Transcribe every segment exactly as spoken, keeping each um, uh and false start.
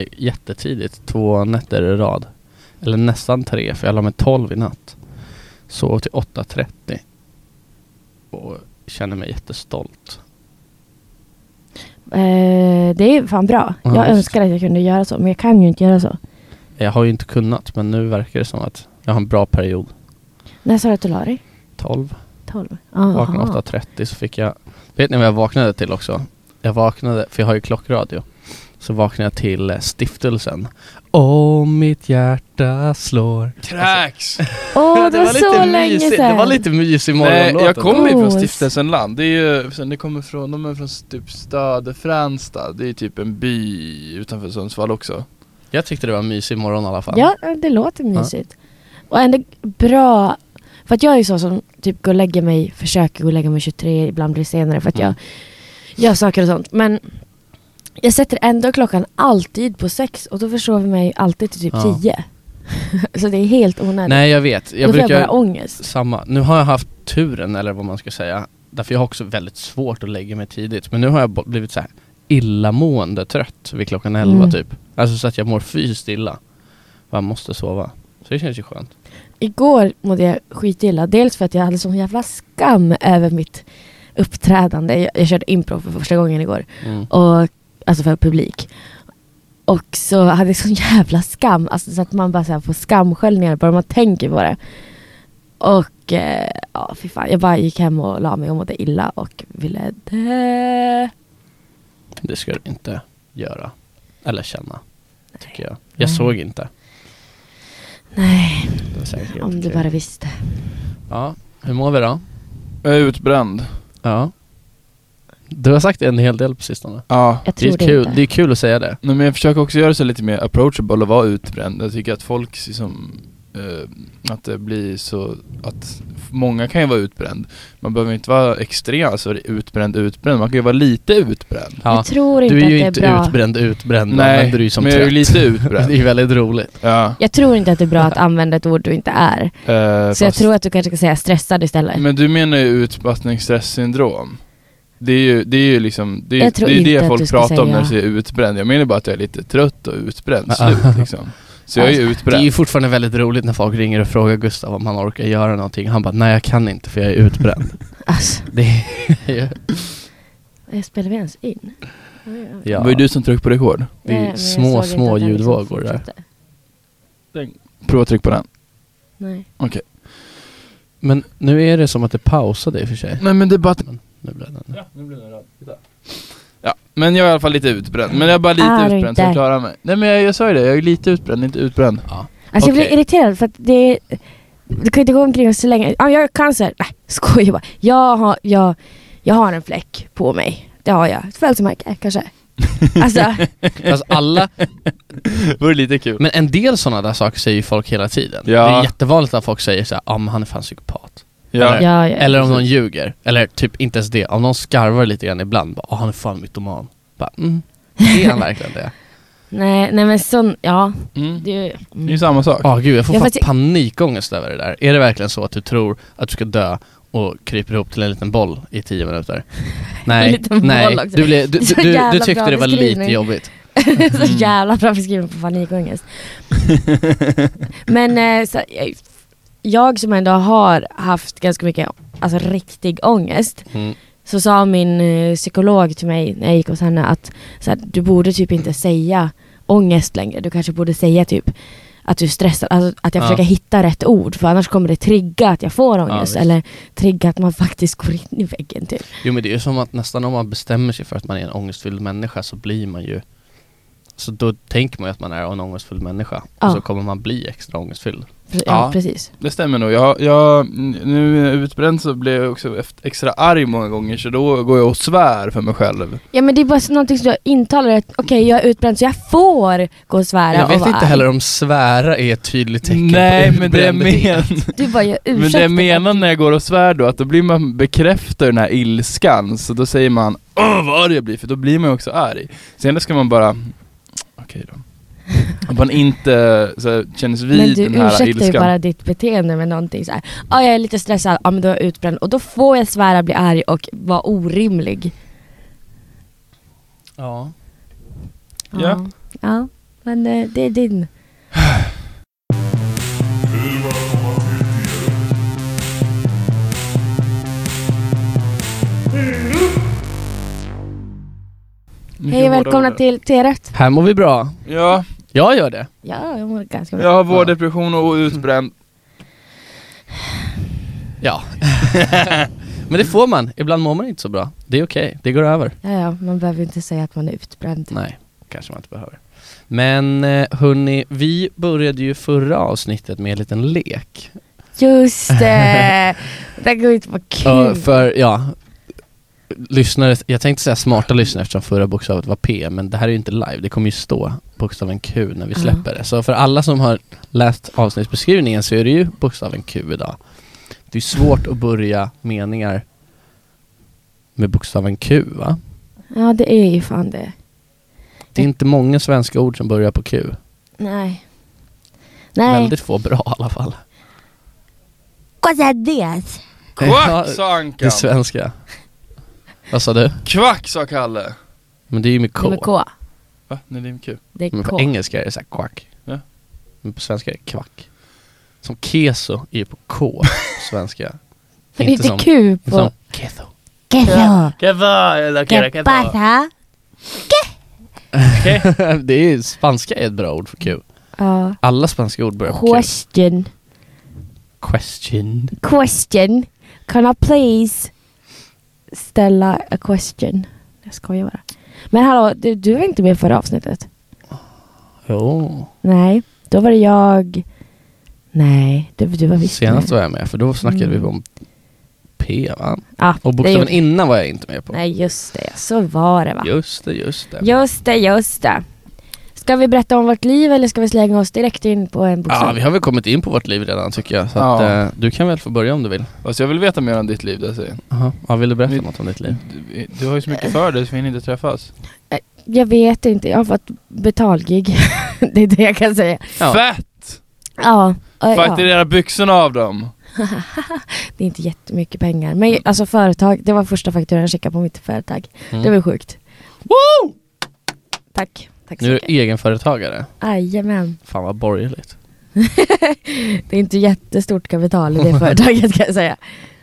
jättetidigt, två nätter i rad. Eller nästan tre, för jag la mig tolv i natt. Sov till åtta trettio. Och känner mig jättestolt. Eh, det är fan bra. Ja, jag visst. önskar att jag kunde göra så, men jag kan ju inte göra så. Jag har ju inte kunnat, men nu verkar det som att jag har en bra period. När sa du att du la dig? tolv. tolv. Ah, Vaknade åtta trettio, så fick jag... Vet ni vad jag vaknade till också? Jag vaknade, för jag har ju klockradio. Så vaknade jag till stiftelsen. Åh, mitt hjärta slår. Tracks! Åh, det, var så länge mysigt. sedan. Det var lite mysig Nej, morgonlåt. jag kommer ju från Gos. Stiftelsen Land. Det är ju, sen det kommer från, de är från typ Stöde Fränstad. Det är typ en by utanför Sundsvall också. Jag tyckte det var mysig morgon i alla fall. Ja, det låter mysigt. Och ändå bra. För att jag är ju så som typ går och lägger mig, försöker gå och lägga mig tjugotre, ibland blir det senare för att Mm. jag gör saker och sånt. Men jag sätter ändå klockan alltid på sex och då försover mig alltid till typ Ja. tio. Så det är helt onödigt. Nej, jag vet. Jag då får brukar jag bara ångest. samma. Nu har jag haft turen, eller vad man ska säga. Därför jag har också väldigt svårt att lägga mig tidigt. Men nu har jag bo- blivit så här illamående trött vid klockan elva Mm. typ. Alltså så att jag mår fysiskt illa. Och jag måste sova. Så det känns ju skönt. Igår mådde jag skitilla. Dels för att jag hade sån jävla skam över mitt uppträdande. Jag, jag körde improv för första gången igår. Mm. Och, alltså för publik. Och så hade jag sån jävla skam. Alltså så att man bara så här får skamsköljningar bara man tänker på det. Och eh, ja, fy fan. Jag bara gick hem och la mig och mådde illa och ville dö. Det ska du inte göra. Eller känna. Tycker jag. Jag Nej. såg inte. Nej, Det var säkert helt om du okej. bara visste. Ja, hur mår vi då? Jag är utbränd. Ja. Du har sagt en hel del på sistone. Ja. Jag Det är, tror det, kul, inte. det är kul att säga det. Nej, men jag försöker också göra så lite mer approachable och vara utbränd. Jag tycker att folk liksom, eh, att det blir så att många kan ju vara utbränd. Man behöver inte vara extrem, alltså utbränd, utbränd. Man kan ju vara lite utbränd. Ja. Jag tror inte Du är ju att inte det är bra. utbränd, utbränd. Nej, men du är ju som men jag är ju trött. lite utbränd. Det är ju väldigt roligt. Ja. Jag tror inte att det är bra att använda ett ord du inte är. Eh, Så jag fast- tror att du kanske ska säga stressad istället. Men du menar ju utmattningsstresssyndrom. Det är ju, det är ju liksom, det är, Jag tror det, är inte det att folk du ska pratar om säga- när de säger utbränd. Jag menar bara att jag är lite trött och utbränd, Ja. slut liksom. Så jag är ju Det är utbränd. ju fortfarande väldigt roligt när folk ringer och frågar Gustav om han orkar göra någonting. Han bara, nej jag kan inte för jag är utbränd. Alltså, Det är ju... spelar vi ens in? Det Ja. var ju du som tryckte på rekord. Det är Nej, men jag små, såg inte små att den liksom ljudvågor där. fortsatte. Prova tryck på den. Nej. Okej. Men nu är det som att det pausade i och för sig. Nej men det är bara att... Men nu blev den. Ja, nu blir den röd. Titta. Ja, men jag är i alla fall lite utbränd. Men jag är bara lite Är du utbränd så jag inte? klarar mig. Nej men jag, jag sa ju det, jag är lite utbränd, inte utbränd. Ja. Alltså jag Okej. blir irriterad för att det du kan inte gå omkring och så länge. Ja, jag har cancer. Nej, skojar bara. Jag har, jag, jag har en fläck på mig. Det har jag. Ett födelsemärke kanske. Alltså, Fast alla, Det var lite kul. men en del sådana där saker säger ju folk hela tiden. Ja. Det är jättevanligt att folk säger så här, ja ah, men han är fan psykopat. Ja. Eller- ja, ja. Eller om någon ljuger. Eller typ inte ens det. Om någon skarvar lite grann ibland. Bara, ah, han är fan mytoman. Bara, mm. Är han verkligen det? Nej, nej men sån, ja. Mm. Det, Det är mm. ju samma sak. Ja, gud, jag får Ja, fan fast jag- panikångest över det där. Är det verkligen så att du tror att du ska dö och kryper ihop till en liten boll i tio minuter? Nej, liten boll nej. också. Du, blev, du, Så du, du, jävla du tyckte bra det var beskrivning. lite jobbigt. Så jävla bra beskriven på panikångest. Men eh, så, jag, jag som ändå har haft ganska mycket, alltså riktig ångest, Mm. så sa min eh, psykolog till mig när jag gick hos henne att så här, du borde typ inte säga ångest längre. Du kanske borde säga typ att du är stressad. Alltså att jag Ja. försöker hitta rätt ord, för annars kommer det trigga att jag får ångest. visst. Eller trigga att man faktiskt går in i väggen typ. Jo, men det är ju som att nästan om man bestämmer sig för att man är en ångestfylld människa så blir man ju... Så då tänker man ju att man är en ångestfylld människa. Ja. Och så kommer man bli extra ångestfylld. Ja, Ja. precis. Det stämmer nog. Jag, jag, nu är jag utbränd så blir jag också efter- extra arg många gånger. Så då går jag och svär för mig själv. Ja, men det är bara så någonting som jag intalar att okej, jag är utbränd så jag får gå och svära. Jag och vet vara inte arg. heller om svära är ett tydligt tecken Nej på men det jag utbrändhet. men, Du bara, jag men det ursäktar. jag menar när jag går och svär då, att då blir man bekräftar den här ilskan. Så då säger man, åh vad arg jag blir, för då blir man ju också arg. Sen ska man bara, okej då. Att man inte så här, känns vid Men du den här ursäktar ju ilskan. bara ditt beteende med någonting så här. Ja, jag är lite stressad. Ja, men då är jag utbränd. Och då får jag svära, bli arg och vara orimlig. Ja. Ja. Ja. Men eh, det är din. Hej och välkomna till T-rätt. Här mår vi bra. Ja. Jag gör det. Ja, jag mår ganska bra. Jag har vårdepression och utbränd. Ja. Men det får man. Ibland mår man inte så bra. Det är okej. Det går över. Ja, ja, man behöver inte säga att man är utbränd. Nej, kanske man inte behöver. Men hörni, vi började ju förra avsnittet med en liten lek. Just det. Det går ut på kul. Ja, för, ja, lyssnare, jag tänkte säga smarta lyssnare eftersom förra bokstavet var P, men det här är ju inte live. Det kommer ju stå bokstaven Q när vi släpper det. Så för alla som har läst avsnittsbeskrivningen så är det ju bokstaven Q idag. Det är svårt att börja meningar med bokstaven Q, va? Ja, det är ju fan det. Det är inte många svenska ord som börjar på Q. Nej. Nej. Väldigt få bra i alla fall. Vad är det? Kvack, sa Ankan. Det är svenska. Vad sa du? Kvack, sa Kalle. Men det är ju med K. Det är med K. Va? Nej, det är med Q. Det är Men K. på engelska är det så här quack. Ja. Men på svenska är det kvack. Som keso är ju på K på svenska. Men inte som, Q inte på... som keso. Keso. Keso, eller ¿Qué pasa? Det är ju, spanska är ett bra ord för Q. Ja. Alla spanska ord börjar på Q. Question. Question. Question. Can I please ställa a question? Jag skojar bara. Men hallå, du, du var inte med i förra avsnittet. Jo. Nej, då var det jag. Nej, du, du var visst Senast med. var jag med, för då snackade Mm. vi om P, va? Ah, Och det bokstaven gjorde- innan var jag inte med på. Nej, just det. Så var det, va? Just det, just det. Just det, just det. Ska vi berätta om vårt liv eller ska vi slänga oss direkt in på en bokstav? Ja, vi har väl kommit in på vårt liv redan tycker jag. Så Ja. att, eh, du kan väl få börja om du vill. Fast jag vill veta mer om ditt liv, det säger. Aha. Ja, vill du berätta Vi- något om ditt liv? Du, du har ju så mycket för dig så vi hinner inte träffas. Jag vet inte, jag har fått betalgig. Det är det jag kan säga. Ja. Fett! Ja, ja. Fakturera byxorna av dem. Det är inte jättemycket pengar. Men alltså företag, det var första fakturan jag skickade på mitt företag. Mm. Det var sjukt. Woo! Tack. Tack så Nu är mycket. du egenföretagare. Jajamän. Fan vad borgerligt. Det är inte jättestort kapital i det företaget kan jag säga.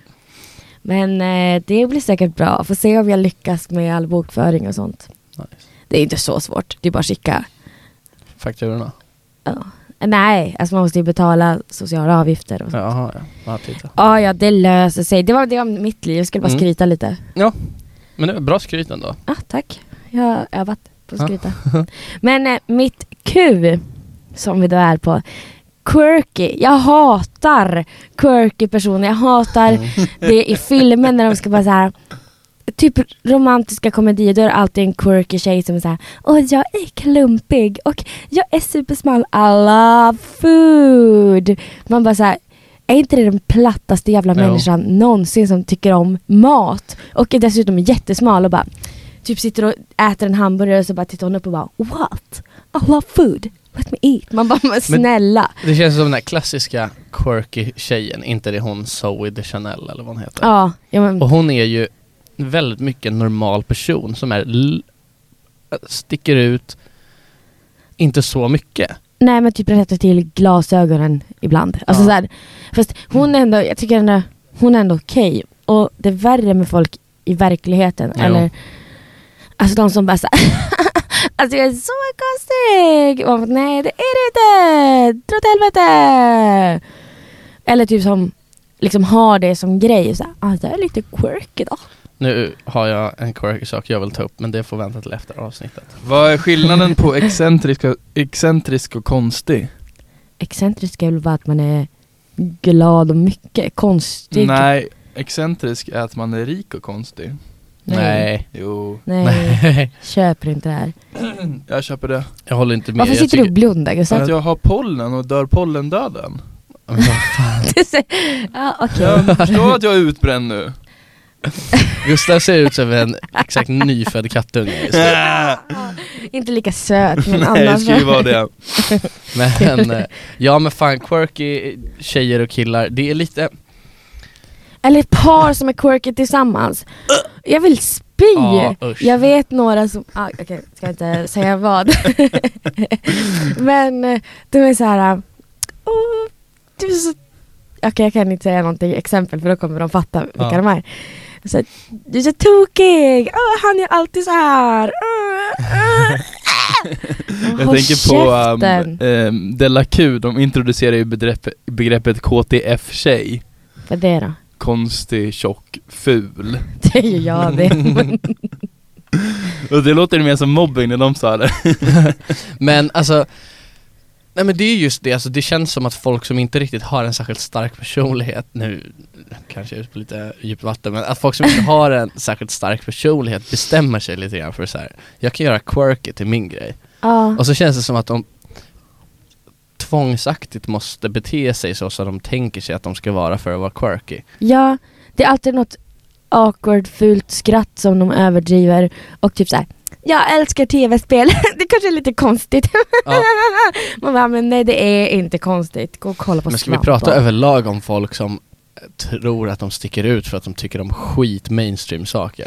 Men eh, det blir säkert bra. Får se om jag lyckas med all bokföring och sånt. Nice. Det är inte så svårt. Det är bara att skicka. Fakturorna? Ja. Nej, alltså man måste ju betala sociala avgifter och så. Jaha, ja. Ja, titta. Ja, ja, det löser sig. Det var det om mitt liv. Jag skulle bara Mm. skryta lite. Men det var bra skryt ändå. Ah, tack. Jag har övat på att Ja. skryta. Men eh, mitt Q, som vi då är på, quirky. Jag hatar quirky personer. Jag hatar Mm. det i filmen när de ska bara så här, typ romantiska komedier, då är det alltid en quirky tjej som är så här: åh, jag är klumpig och jag är supersmal. I love food. Man bara så här, är inte det den plattaste jävla Jo. människan någonsin som tycker om mat och är dessutom jättesmal och bara typ sitter och äter en hamburgare och så bara tittar hon upp och bara what? I love food. Let me eat. Man bara, men snälla. Det känns som den där klassiska quirky tjejen. Inte det hon Zoe de Chanel eller vad hon heter. Ja, ja men, Och hon är ju väldigt mycket en normal person som är l- sticker ut inte så mycket. nej men typ rätta till glasögonen ibland. Alltså Ja. så här, fast hon är ändå, jag tycker ändå, hon är ändå okej. Och det är värre med folk i verkligheten. Jo. Eller, alltså de som bara så här, alltså jag är så konstig. Och man bara, nej det är det inte. Dra åt helvete. Eller typ som liksom har det som grej. Så här, ah, det är lite quirky då. Nu har jag en quirky sak jag vill ta upp, men det får vänta till efter avsnittet. Vad är skillnaden på excentrisk och, excentrisk och konstig? Excentrisk är väl bara att man är glad och mycket. Konstig. Nej, excentrisk är att man är rik och konstig. Nej. Jo, Nej. Nej. Köper inte det här. jag köper det. Jag håller inte med. Varför Jag sitter du och tycker- blundar, För Gustav? att jag har pollen och dör pollendöden. Men vad fan. Ja, okej. Jag förstår att jag är utbränd nu. Gustav ser ut som en exakt nyfödd kattunge just nu. Inte lika söt, men Nej, det annars... ska ju vara det. Men eh, ja, men fan, quirky tjejer och killar, det är lite... Eller ett par som är quirky tillsammans. Jag vill spy. Ja, usch. Jag vet några som... Ah, Okej, okay, ska jag inte säga vad. Men eh, de är så här... Oh, du är så... Okej, okay, jag kan inte säga någonting exempel för då kommer de fatta vilka ja. de är. Så, du är så tokig. Oh, han är alltid så här. Uh, uh. Jag Håll tänker på käften. um, um, Della Q, de introducerar ju begrepp, begreppet K T F-tjej. Vad är det då? Konstig, tjock, ful. Det är ju jag det. Men... Och det låter mer som mobbing när de sa det. Men alltså, nej men det är just det, alltså det känns som att folk som inte riktigt har en särskilt stark personlighet, nu kanske jag är ute på lite djupt vatten, men att folk som inte har en särskilt stark personlighet bestämmer sig lite grann för så här. Jag kan göra quirky till min grej. Ja. Och så känns det som att de tvångsaktigt måste bete sig så som de tänker sig att de ska vara för att vara quirky. Ja, det är alltid något awkward, fult skratt som de överdriver. Och typ så här: jag älskar tv-spel. Det kanske är lite konstigt. Ja. Man bara, men nej det är inte konstigt. Gå och kolla på Men ska Svampbob. vi prata överlag om folk som tror att de sticker ut för att de tycker om skit mainstream saker?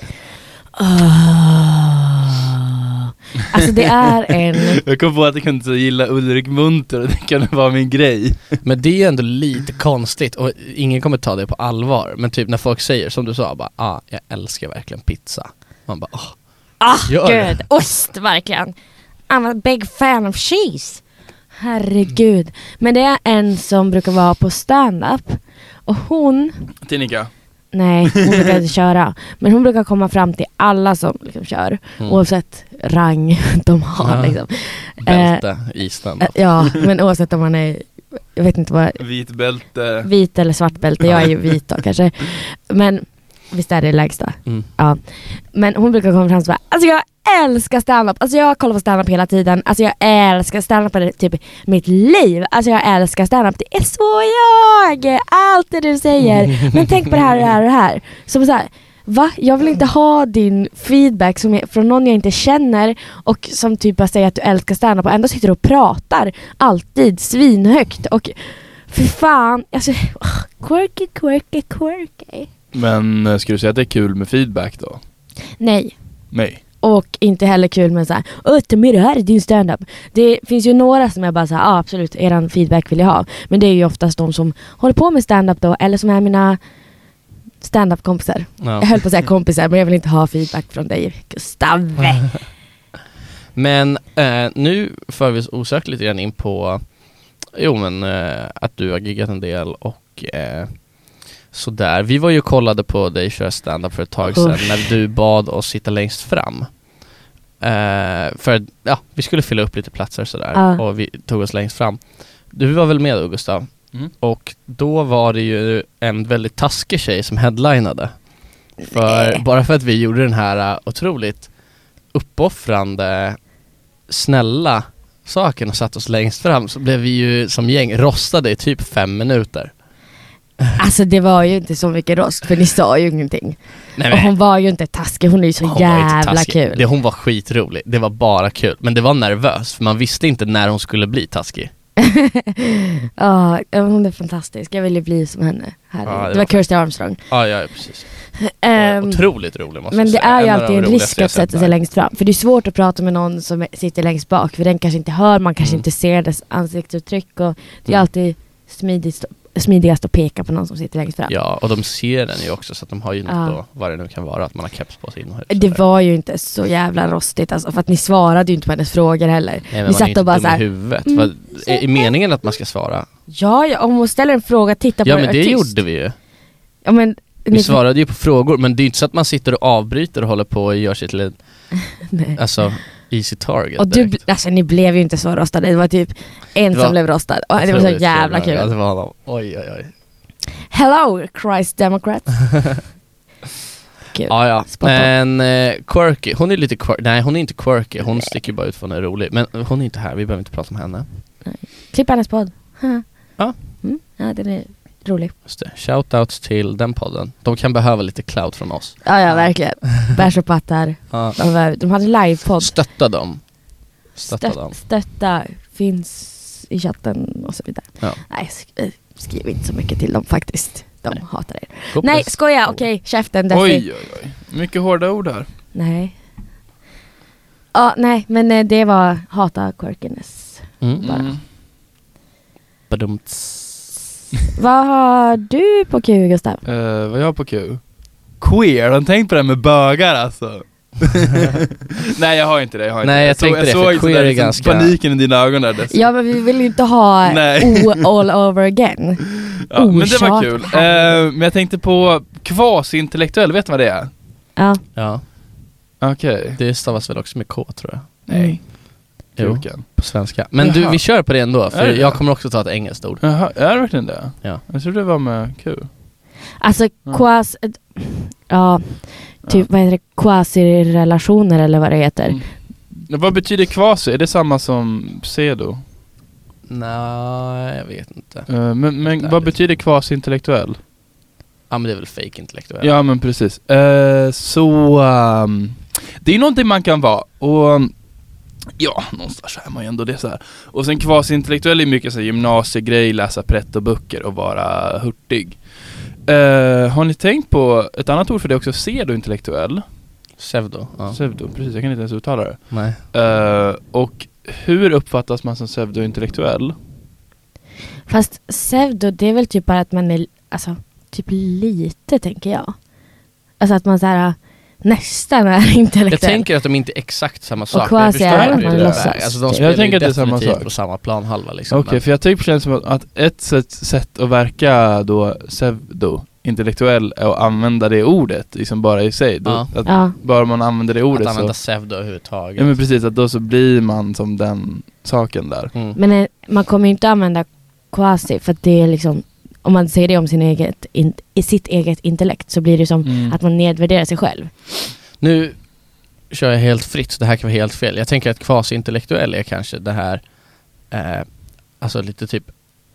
Oh. Alltså det är en... Jag kom på att jag kunde så gilla Ulrik Munter och det kan vara min grej. Men det är ändå lite konstigt och ingen kommer ta det på allvar. Men typ när folk säger, som du sa, bara, ah, jag älskar verkligen pizza. Man bara, åh. Ah, Gör det. gud, ost verkligen. I'm a big fan of cheese. Herregud. Men det är en som brukar vara på stand-up. Och hon... Tinnika. Nej, hon brukar inte köra. Men hon brukar komma fram till alla som liksom kör. Mm. Oavsett rang de har. Ja. Liksom. Bälte i stand-up. Eh, ja, men oavsett om man är... Jag vet inte vad... Vit bälte. Vit eller svart bälte. Jag är ju vit då kanske. Men visst är det lägsta. Mm. Ja. Men hon brukar komma fram och säga, alltså jag älskar stand-up. Alltså jag kollar på stand-up hela tiden. Alltså jag älskar stand-up, är typ mitt liv. Alltså jag älskar stand-up. Det är så jag. Allt det du säger. Men tänk på det här och det här och det här. Så så här, va? Jag vill inte ha din feedback som är från någon jag inte känner och som typ bara säger att du älskar stand-up och ändå sitter och pratar alltid svinhögt. Och för fan, alltså quirky, quirky, quirky. Men äh, ska du säga att det är kul med feedback då? Nej. Nej. Och inte heller kul med så här, åh, ta med det här i din stand-up. Det finns ju några som jag bara så här, ja absolut, eran feedback vill jag ha. Men det är ju oftast de som håller på med stand-up då, eller som är mina stand-up-kompisar. Ja. Jag höll på att säga kompisar, men jag vill inte ha feedback från dig, Gustav. Men eh, nu för vi osökt lite grann in på jo men eh, att du har giggat en del och eh, sådär. Vi var ju och kollade på dig köra stand-up för ett tag sedan Usch. när du bad oss sitta längst fram. Eh, för ja, vi skulle fylla upp lite platser sådär Ja. och vi tog oss längst fram. Du var väl med då, Gustav? Mm. Och då var det ju en väldigt taskig tjej som headlinade. För, Nej. bara för att vi gjorde den här uh, otroligt uppoffrande, snälla saken och satt oss längst fram så blev vi ju som gäng rostade i typ fem minuter. Alltså det var ju inte så mycket rost, för ni sa ju ingenting. Nej, Och hon var ju inte taskig, hon är ju så hon var inte jävla taskig. kul. Det, hon var skitrolig, det var bara kul. Men det var nervös, för man visste inte när hon skulle bli taskig. Ja, hon är fantastisk. Jag ville bli som henne. Herregud. Ja, det det var var- Kirsty Armstrong. Ja, ja precis. Ehm, Otroligt rolig måste men jag det säga. är ju En av alltid de en roligaste risk jag att sett sätta där. sig längst fram. För det är svårt att prata med någon som sitter längst bak. För den kanske inte hör, man kanske Mm. inte ser dess ansiktsuttryck. Och det är Mm. alltid smidigast, smidigast att peka på någon som sitter längst fram. Ja, och de ser den ju också så att de har ju något Ja. då, vad det nu kan vara, att man har keps på sig inomhus. Det var ju inte så jävla rostigt alltså, för att ni svarade ju inte på hennes frågor heller. Nej, men Ni man satt är inte och bara dum så här, i huvudet. mm, Vad, är, är meningen att man ska svara? Ja, ja, om hon ställer en fråga, titta på Ja, den men och det tyst. gjorde vi ju. Ja, men Vi ni- svarade ju på frågor, men det är ju inte så att man sitter och avbryter och håller på och gör sig till en, Nej. alltså, easy target. Och du, direkt. alltså ni blev ju inte så rostade. Det var typ en Det var som blev rostad. Och det var så Otroligt jävla kul. Ja, kul. det var honom. Oj, oj, oj. Hello, Christ Democrat. Kul. Ja, ja. Spot on. Men eh, quirky, hon är lite quirky. Nej, hon är inte quirky. Hon sticker bara ut för hon är rolig. Men hon är inte här, vi behöver inte prata om henne. Klipp hennes podd. Ja. Mm, ja, den är rolig. Just det. Shoutouts till den podden. De kan behöva lite cloud från oss. Ja, ja, verkligen. Bärs och pattar. Ja. De, var, de hade livepodd. Stötta dem. Stötta Stött, dem. stötta finns i chatten och så vidare. Ja. Nej, sk- eh, skriv inte så mycket till dem faktiskt. de Nej. hatar er. Hoppas. Nej, skoja, okej, okay, käften. Desi. Oj, oj, oj. Mycket hårda ord här. Nej. Ja, nej, men eh, det var hata quirkiness. Mm. Bara. Mm. Badumts. Vad har du på Q, Gustav? Uh, vad jag har på Q? Queer, har du tänkt på det med bögar alltså? Nej, jag har inte det, jag har inte Nej, det. jag så, tänkte det, såg för inte queer där, är liksom, ganska- paniken i dina ögon där. Dess. Ja, men vi vill ju inte ha Nej. o all over again. Ja, men det var Orsak. kul. Uh, men jag tänkte på kvasi-intellektuell, vet du vad det är? Ja. Ja, Okej. det stavas väl också med K, tror jag. Nej. Jo, Kuken. på svenska. Men du, Jaha. vi kör på det ändå, för Är det jag det? kommer också ta ett engelskt ord. Jaha, är det verkligen det? Ja. Jag trodde det var med Q. Alltså, Ja. quas... Ja, typ, vad heter det? Quasi-relationer eller vad det heter. Mm. Vad betyder kvasi? Är det samma som pseudo? Nej, jag vet inte. Uh, men men Nej, vad det- betyder kvasi-intellektuell? Ja, men det är väl fake intellektuell. Ja, men precis. Uh, så um, det är någonting man kan vara. Och um, ja, någonstans är man ju ändå det så här. Och sen kvasi-intellektuell är mycket så här gymnasiegrej, läsa pretto-böcker och vara hurtig. Uh, har ni tänkt på ett annat ord för det också? Pseudo-intellektuell? Pseudo, ja. Pseudo, precis. Jag kan inte ens uttala det. Nej. Uh, och hur uppfattas man som pseudo-intellektuell? Fast pseudo, det är väl typ bara att man är, alltså, typ lite, tänker jag. Alltså att man så här nästan är intellektuell. Jag tänker att de inte är exakt samma sak. quasi men jag förstår är vad att du man menar. låtsas Alltså de typ. spelar Jag tänker ju att det är samma definitivt sak. på samma planhalva liksom. Okej, men- för jag tycker känns som att, att ett sätt, sätt att verka då pseudo-intellektuell är att använda det ordet liksom bara i sig. Då, Ja. att Ja. bara man använder det ordet Att använda så... pseudo överhuvudtaget. Ja, men precis, att då så blir man som den saken där. Mm. Men eh, man kommer ju inte använda quasi för att det är liksom, om man säger det om sin eget, in, i sitt eget intellekt så blir det som Mm. att man nedvärderar sig själv. Nu kör jag helt fritt, så det här kan vara helt fel. Jag tänker att kvasi-intellektuell är kanske det här, eh, alltså lite typ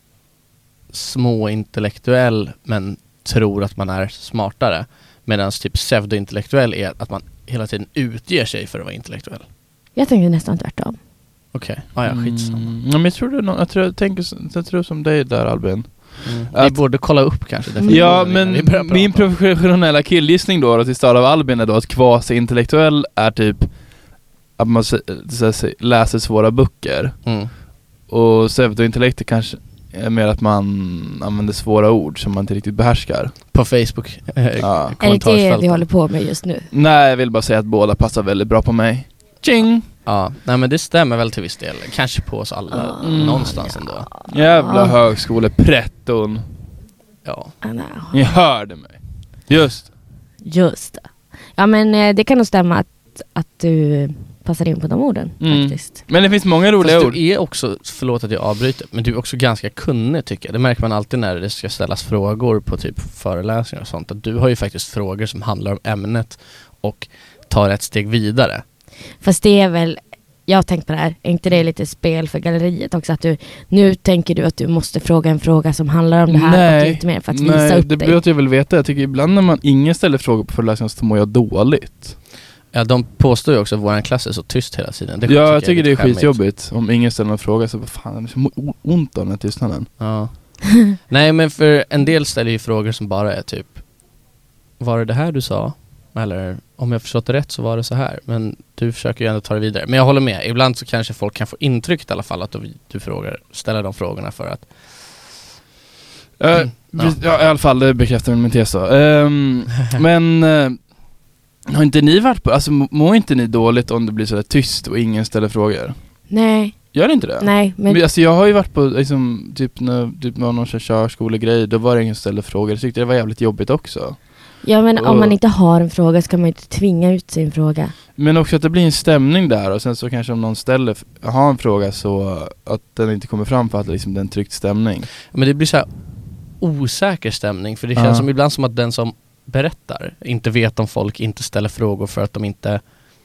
småintellektuell men tror att man är smartare. Medan typ pseudo-intellektuell är att man hela tiden utger sig för att vara intellektuell. Jag tänker nästan tvärtom. Okej, okay. ah, ja, skitsamma. Mm. Ja, men jag tror det är no- jag tror jag tänker s- jag tror som dig där, Albin. Mm. Att- Vi borde kolla upp kanske. Mm. definitionen Ja, innan men vi börjar prata. min professionella killgissning då, då till stad av Albin är då att kvasi-intellektuell är typ att man s- så att säga, läser svåra böcker. Mm. Och pseudo-intellekt är kanske är mer att man använder svåra ord som man inte riktigt behärskar. På Facebook eh, Ja. Är det det kommentarsfälten. vi håller på med just nu? Nej, jag vill bara säga att båda passar väldigt bra på mig. Ching! Ja, nej men det stämmer väl till viss del. Kanske på oss alla Mm. någonstans ändå. Jävla högskolepretton. Ja. Ah, nej. Ni hörde mig. Just. Just det. Ja, men eh, det kan nog stämma att, att du passar in på de orden Mm. faktiskt. Men det finns många roliga Fast ord. du är också, förlåt att jag avbryter, men du är också ganska kunnig tycker jag. Det märker man alltid när det ska ställas frågor på typ föreläsningar och sånt. Att du har ju faktiskt frågor som handlar om ämnet och tar ett steg vidare. Fast det är väl, jag har tänkt på det här, är inte det lite spel för galleriet också? Att du, nu tänker du att du måste fråga en fråga som handlar om det här Nej. och lite mer för att visa Nej, upp det dig. blir att jag vill veta. Jag tycker ibland när man ingen ställer frågor på föreläsningar så mår jag dåligt. Ja, de påstår ju också att vår klass är så tyst hela tiden. Det Ja, jag tycker det är lite skämmigt. skitjobbigt. Om ingen ställer någon fråga så vad fan, det är så mo- ont av den här tystnaden. Ja. Nej, men för en del ställer ju frågor som bara är typ, var det det här du sa? Eller om jag förstått det rätt så var det så här. Men du försöker ju ändå ta det vidare. Men jag håller med. Ibland så kanske folk kan få intryck i alla fall att du, du frågar, ställer de frågorna för att Uh, Mm. ja. ja, i alla fall, det bekräftar min tes då. Um, men uh, har inte ni varit på, alltså må- mår inte ni dåligt om det blir sådär tyst och ingen ställer frågor? Nej, Gör det inte det? nej, men Men, alltså jag har ju varit på liksom, typ när typ när någon kör körskolegrej, då var det ingen som ställde frågor. Jag tyckte det var jävligt jobbigt också. ja, men om och- man inte har en fråga ska man ju inte tvinga ut sin fråga. Men också att det blir en stämning där, och sen så kanske om någon ställer f- har en fråga så att den inte kommer fram för att liksom det är en tryckt stämning. men det blir så här osäker stämning. För det Ja. känns som ibland som att den som berättar inte vet om folk inte ställer frågor för att de inte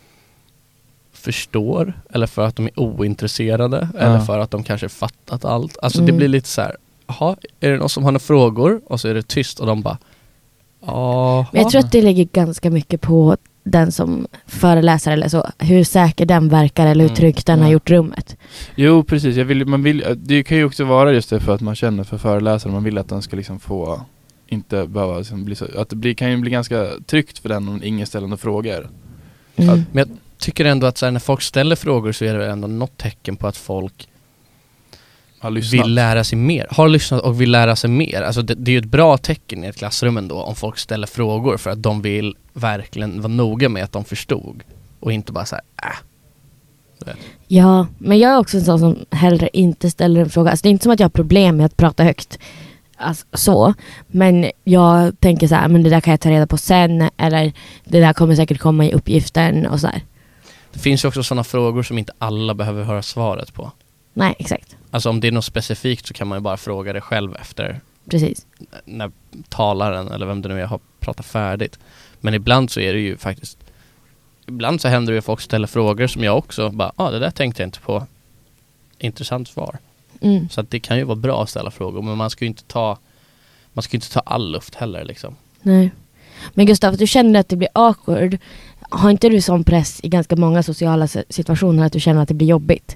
förstår. Eller för att de är ointresserade. Ja. Eller för att de kanske fattat allt. Alltså det Mm. blir lite så här, jaha, är det någon som har några frågor? Och så är det tyst och de bara, jaha. Men jag tror att det ligger ganska mycket på den som föreläser eller så. Hur säker den verkar eller hur Mm. tryggt den Ja. har gjort rummet. Jo, precis. Jag vill, man vill, det kan ju också vara just det för att man känner för föreläsaren. Man vill att den ska liksom få inte behöva liksom bli så, att det blir, kan ju bli ganska tryggt för den om ingen ställer några frågor. Mm. Att, Men jag tycker ändå att så här, när folk ställer frågor så är det ändå något tecken på att folk har lyssnat. vill lära sig mer. Har lyssnat och vill lära sig mer. Alltså det, det är ju ett bra tecken i ett klassrum ändå om folk ställer frågor för att de vill verkligen vara noga med att de förstod. Och inte bara så här, äh. Ja, men jag är också en sån som hellre inte ställer en fråga. Alltså det är inte som att jag har problem med att prata högt. Alltså, så. Men jag tänker så här, men det där kan jag ta reda på sen. Eller det där kommer säkert komma i uppgiften och så här. Det finns ju också sådana frågor som inte alla behöver höra svaret på. Nej, exakt. Alltså om det är något specifikt så kan man ju bara fråga det själv efter Precis. när talaren eller vem det nu är har pratat färdigt. Men ibland så är det ju faktiskt, ibland så händer det ju att folk ställer frågor som jag också bara, ja ah, det där tänkte jag inte på. Intressant svar. Mm. Så att det kan ju vara bra att ställa frågor, men man ska ju inte ta man ska ju inte ta all luft heller liksom. Nej. Men Gustav, du känner att det blir awkward. Har inte du sån press i ganska många sociala situationer att du känner att det blir jobbigt?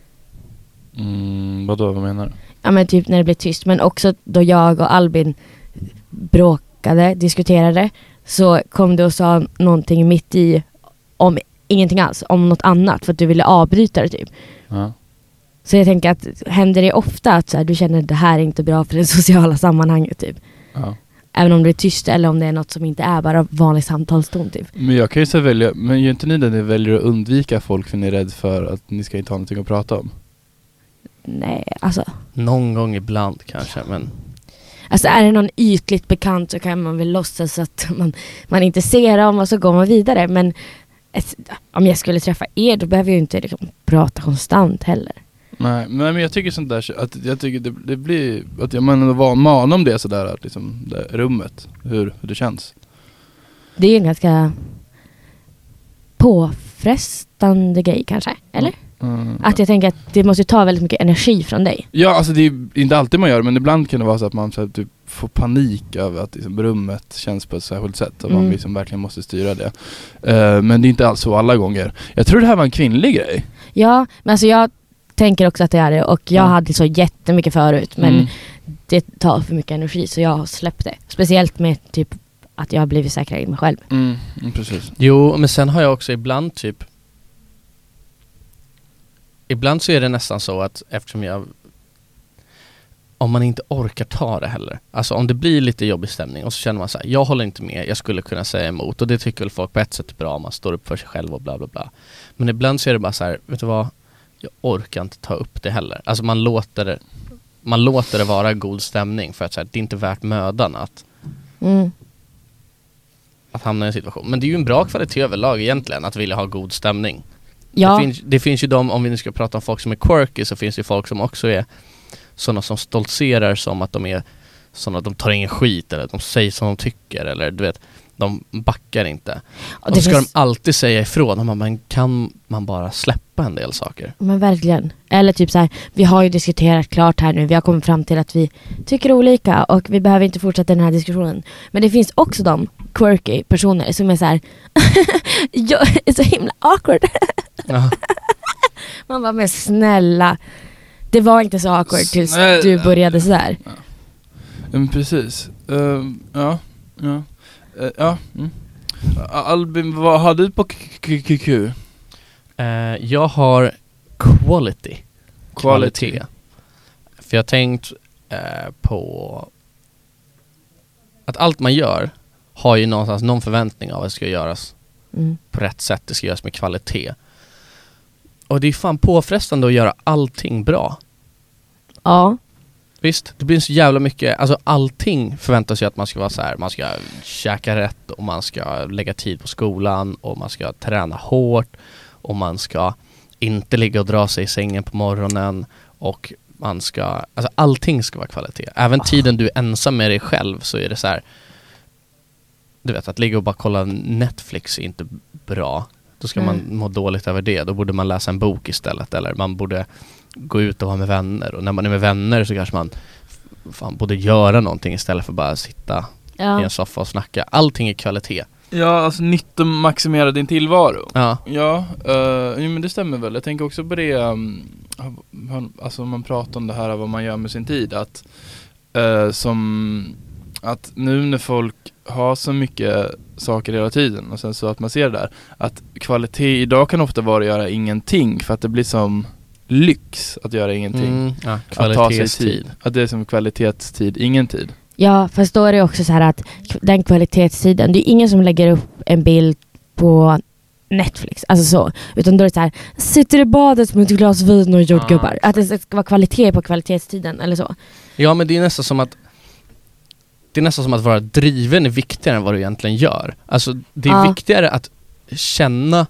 Mm, vadå, vad menar du? Ja, men typ när det blir tyst. Men också då jag och Albin bråkade, diskuterade, så kom du och sa någonting mitt i om ingenting alls, om något annat för att du ville avbryta det typ. Ja. Så jag tänker att händer det ofta att så här, du känner att det här är inte bra för det sociala sammanhanget typ. Ja. Även om det är tyst eller om det är något som inte är bara vanlig samtalston typ. Men jag kan ju så välja, men gör inte ni det, ni väljer att undvika folk för ni är rädd för att ni ska inte ha någonting att prata om? Nej, alltså. Någon gång ibland kanske, men Alltså är det någon ytligt bekant så kan man väl låtsas att man, man inte ser dem och så går man vidare. Men ett, om jag skulle träffa er då behöver jag ju inte liksom prata konstant heller. Nej, men jag tycker sånt där, att jag tycker det, det blir, att jag menar att vara man om det sådär, att liksom det rummet, hur, hur det känns. Det är ju en ganska påfrestande grej kanske, eller? Mm. Att jag tänker att det måste ta väldigt mycket energi från dig. Ja, alltså det är inte alltid man gör, men ibland kan det vara så att man så här, typ, får panik över att liksom, rummet känns på ett särskilt sätt och Mm. man liksom verkligen måste styra det. Uh, men det är inte alls så alla gånger. Jag tror det här var en kvinnlig grej. Ja, men alltså jag tänker också att det är det. Och jag Ja. hade så jättemycket förut. Men Mm. det tar för mycket energi så jag har släppt det. Speciellt med typ att jag har blivit säkrare i mig själv. Mm, mm, precis. jo, men sen har jag också ibland typ ibland så är det nästan så att eftersom jag om man inte orkar ta det heller. Alltså om det blir lite jobbig stämning och så känner man så här, jag håller inte med, jag skulle kunna säga emot. Och det tycker väl folk på ett sätt är bra om man står upp för sig själv och bla bla bla. Men ibland så är det bara så här, vet du vad? Jag orkar inte ta upp det heller. Alltså man låter det, man låter det vara god stämning för att så här, det är inte värt mödan att, Mm. att hamna i en situation. Men det är ju en bra kvalitet överlag egentligen att vilja ha god stämning. Ja, Det, finns, det finns ju de, om vi nu ska prata om folk som är quirky, så finns det ju folk som också är sådana som stoltserar som att de är sådana att de tar ingen skit eller de säger som de tycker eller du vet, de backar inte. Och, och det så ska finns, de alltid säga ifrån. Och man, men kan man bara släppa en del saker? men verkligen. Eller typ så här, vi har ju diskuterat klart här nu. Vi har kommit fram till att vi tycker olika och vi behöver inte fortsätta den här diskussionen. Men det finns också de quirky personer som är så här jag är så himla awkward. Ja. Man bara, men snälla. Det var inte så awkward tills Snälla. du började så där. Ja, men precis. Uh, ja, ja. Uh, ja. Mm. Albin, vad har du på Q Q Q? Eh, jag har quality. Quality. Kvalitet. För jag har tänkt eh, på att allt man gör har ju någonstans någon förväntning av att det ska göras Mm. på rätt sätt. Det ska göras med kvalitet. Och det är fan påfrestande att göra allting bra. Ja. Visst, det blir så jävla mycket. Alltså allting förväntas ju att man ska vara så här. Man ska käka rätt och man ska lägga tid på skolan och man ska träna hårt och man ska inte ligga och dra sig i sängen på morgonen och man ska, alltså allting ska vara kvalitet. Även Oh. tiden du är ensam med dig själv så är det så här. Du vet, att ligga och bara kolla Netflix är inte bra. Då ska Mm. man må dåligt över det. Då borde man läsa en bok istället. Eller man borde gå ut och vara med vänner. Och när man är med vänner så kanske man fan borde göra någonting istället för bara sitta Ja. i en soffa och snacka. Allting är kvalitet. Ja, alltså nyttomaximera din tillvaro. Ja. Ja, uh, men det stämmer väl. Jag tänker också på det, um, alltså om man pratar om det här vad man gör med sin tid, att uh, som att nu när folk har så mycket saker hela tiden och sen så att man ser det där, att kvalitet idag kan ofta vara att göra ingenting för att det blir som lyx att göra ingenting. Mm, ja, att ta sig kvalitetstid. tid. Att det är som kvalitetstid, ingen tid. Ja, fast då är det också så här att k- den kvalitetstiden, det är ingen som lägger upp en bild på Netflix, alltså så, utan då är det så här, sitter i badet med ett glas vin och jordgubbar. Ja, att det ska vara kvalitet på kvalitetstiden eller så. Ja, men det är nästan som att det är nästan som att vara driven är viktigare än vad du egentligen gör. Alltså det är Ja. viktigare att känna,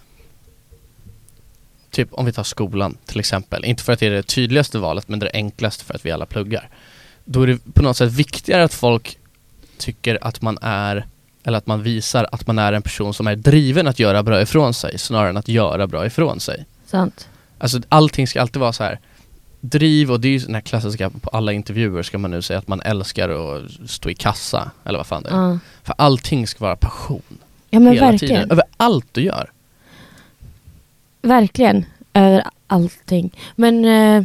typ om vi tar skolan till exempel, inte för att det är det tydligaste valet men det är det enklaste för att vi alla pluggar. Då är det på något sätt viktigare att folk tycker att man är, eller att man visar att man är en person som är driven att göra bra ifrån sig snarare än att göra bra ifrån sig. Sant. Alltså allting ska alltid vara så här driv, och det är ju den här klassiska, på alla intervjuer ska man nu säga att man älskar att stå i kassa eller vad fan det är. Ja, För allting ska vara passion ja men hela verkligen. tiden, över allt du gör. Verkligen. Över allting. Men eh,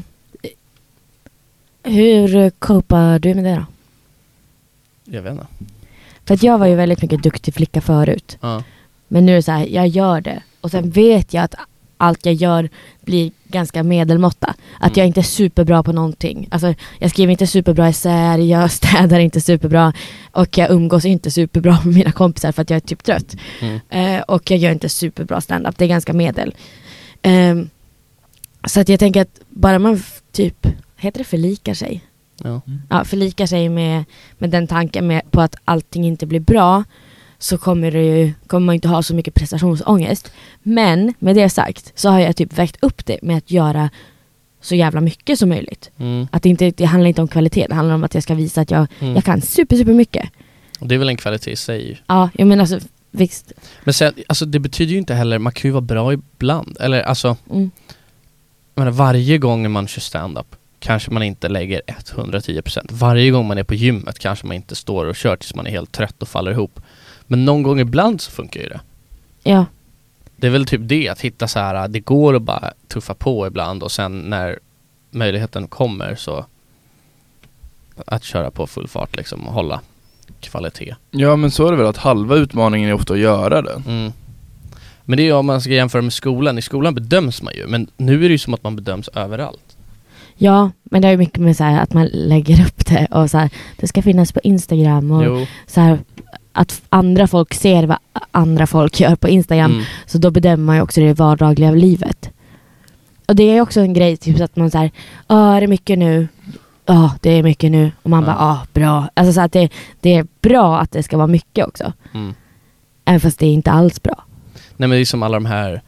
hur kopar du med det då? Jag vet inte. För att jag var ju väldigt mycket duktig flicka förut. Ja. Men nu är det så här, jag gör det. Och sen vet jag att allt jag gör blir ganska medelmåtta. Att Mm. jag inte är superbra på någonting. Alltså, jag skriver inte superbra essäer, jag städar inte superbra. Och jag umgås inte superbra med mina kompisar för att jag är typ trött. Mm. Eh, och jag gör inte superbra stand-up, det är ganska medel. Ehm, så att jag tänker att bara man f- typ, heter det förlikar sig? Ja. Ja, förlikar sig med, med den tanken med, på att allting inte blir bra, så kommer, det ju, kommer man inte ha så mycket prestationsångest. Men med det sagt så har jag typ väckt upp det med att göra så jävla mycket som möjligt. Mm. Att det, inte, det handlar inte om kvalitet, det handlar om att jag ska visa att jag, Mm. jag kan super, super mycket. Och det är väl en kvalitet i sig. Ja, jag menar alltså, visst. Men sen, alltså det betyder ju inte heller, man kan ju vara bra ibland. Eller alltså, Mm. jag menar, varje gång man kör stand-up kanske man inte lägger hundratio procent. Varje gång man är på gymmet kanske man inte står och kör tills man är helt trött och faller ihop. Men någon gång ibland så funkar ju det. Ja, Det är väl typ det, att hitta så här, det går att bara tuffa på ibland och sen när möjligheten kommer så att köra på full fart liksom och hålla kvalitet. Ja, men så är det väl att halva utmaningen är ofta att göra det. Mm. Men det är ju om man ska jämföra med skolan. I skolan bedöms man ju, men nu är det ju som att man bedöms överallt. ja, men det är ju mycket med så här att man lägger upp det och så här, det ska finnas på Instagram och Jo. så här, att f- andra folk ser vad andra folk gör på Instagram. Mm. Så då bedömer man ju också det vardagliga livet. Och det är också en grej typ att man säger, ja, är det mycket nu? Ja, det är mycket nu. Och man Ja. bara, ja, bra. Alltså så att det, det är bra att det ska vara mycket också. Mm. Även fast det är inte alls bra. Nej, men det är som alla de här,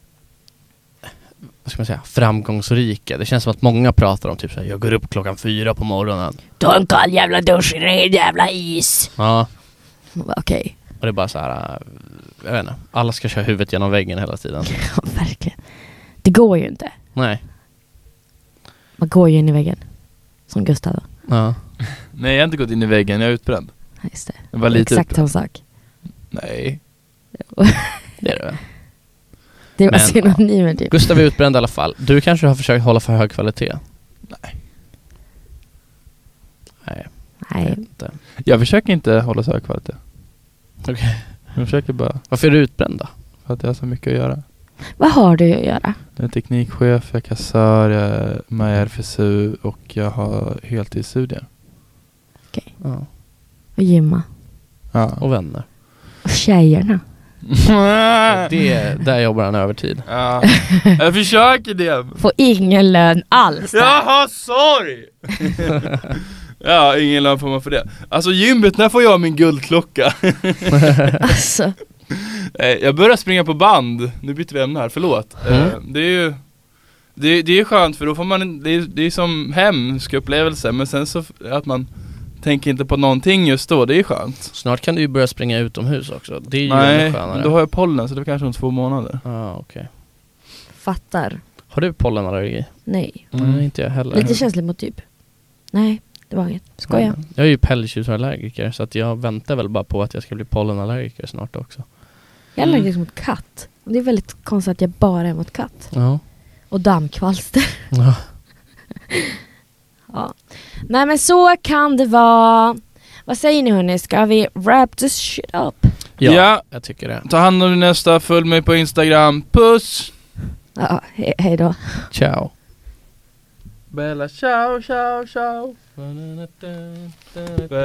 vad ska man säga, framgångsrika. Det känns som att många pratar om typ så här, jag går upp klockan fyra på morgonen. Ta en kall jävla dusch i en jävla is. Ja, Man bara, okej. och det är bara så här, äh, jag vet inte, alla ska köra huvudet genom väggen hela tiden. Ja, verkligen. Det går ju inte. Nej. Man går ju in i väggen. Som Gustav då. Ja. Nej, jag har inte gått in i väggen, jag är utbränd. Ja, just det. Jag var lite Exakt utbränd. samma sak. Nej. Det är det väl. Det var Men, synonymer typ. Gustav är utbränd i alla fall. Du kanske har försökt hålla för hög kvalitet? Nej. Nej, Nej. inte. Jag försöker inte hålla så hög kvalitet. Okej. Jag försöker bara Varför är du utbränd då? för att jag har så mycket att göra. Vad har du att göra? Jag är teknikchef, jag är kassör, jag är med i R F S U och jag har heltidsstudier. Ja. Och gymma. Ja. Och vänner. Och tjejerna. Och det, där jobbar han övertid. Ja. Jag försöker det. Får ingen lön alls. där. Jaha, sorry! Ja, ingen lön får man för det. Alltså gymmet, när får jag min guldklocka? Alltså. Eh, Jag börjar springa på band. Nu byter vi ämne här, förlåt. Mm. Eh, Det är ju det, det är skönt för då får man en- det är, det är som hemsk upplevelse. Men sen så f- att man tänker inte på någonting just då, det är skönt. Snart kan du ju börja springa utomhus också. Det är ju Nej, ännu skönare. men då har jag pollen så det är kanske om två månader. Ah, okej. Fattar. Har du pollenallergi? Nej. Mm. Nej, inte jag heller. Lite känsligt mot typ. Nej, det var inget. Skoja. Jag är ju pälsdjursallergiker så att jag väntar väl bara på att jag ska bli pollenallergiker snart också. Jag är allergisk mot katt. Och det är väldigt konstigt att jag bara är mot katt. Ja. Och dammkvalster. Ja. Ja. Nej men så kan det vara. Vad säger ni hörni? Ska vi wrap this shit up? Ja, Ja. jag tycker det. Ta hand om dig nästa, följ mig på Instagram. Puss! Ja, he- hej då. Ciao. Bella, ciao, ciao, ciao.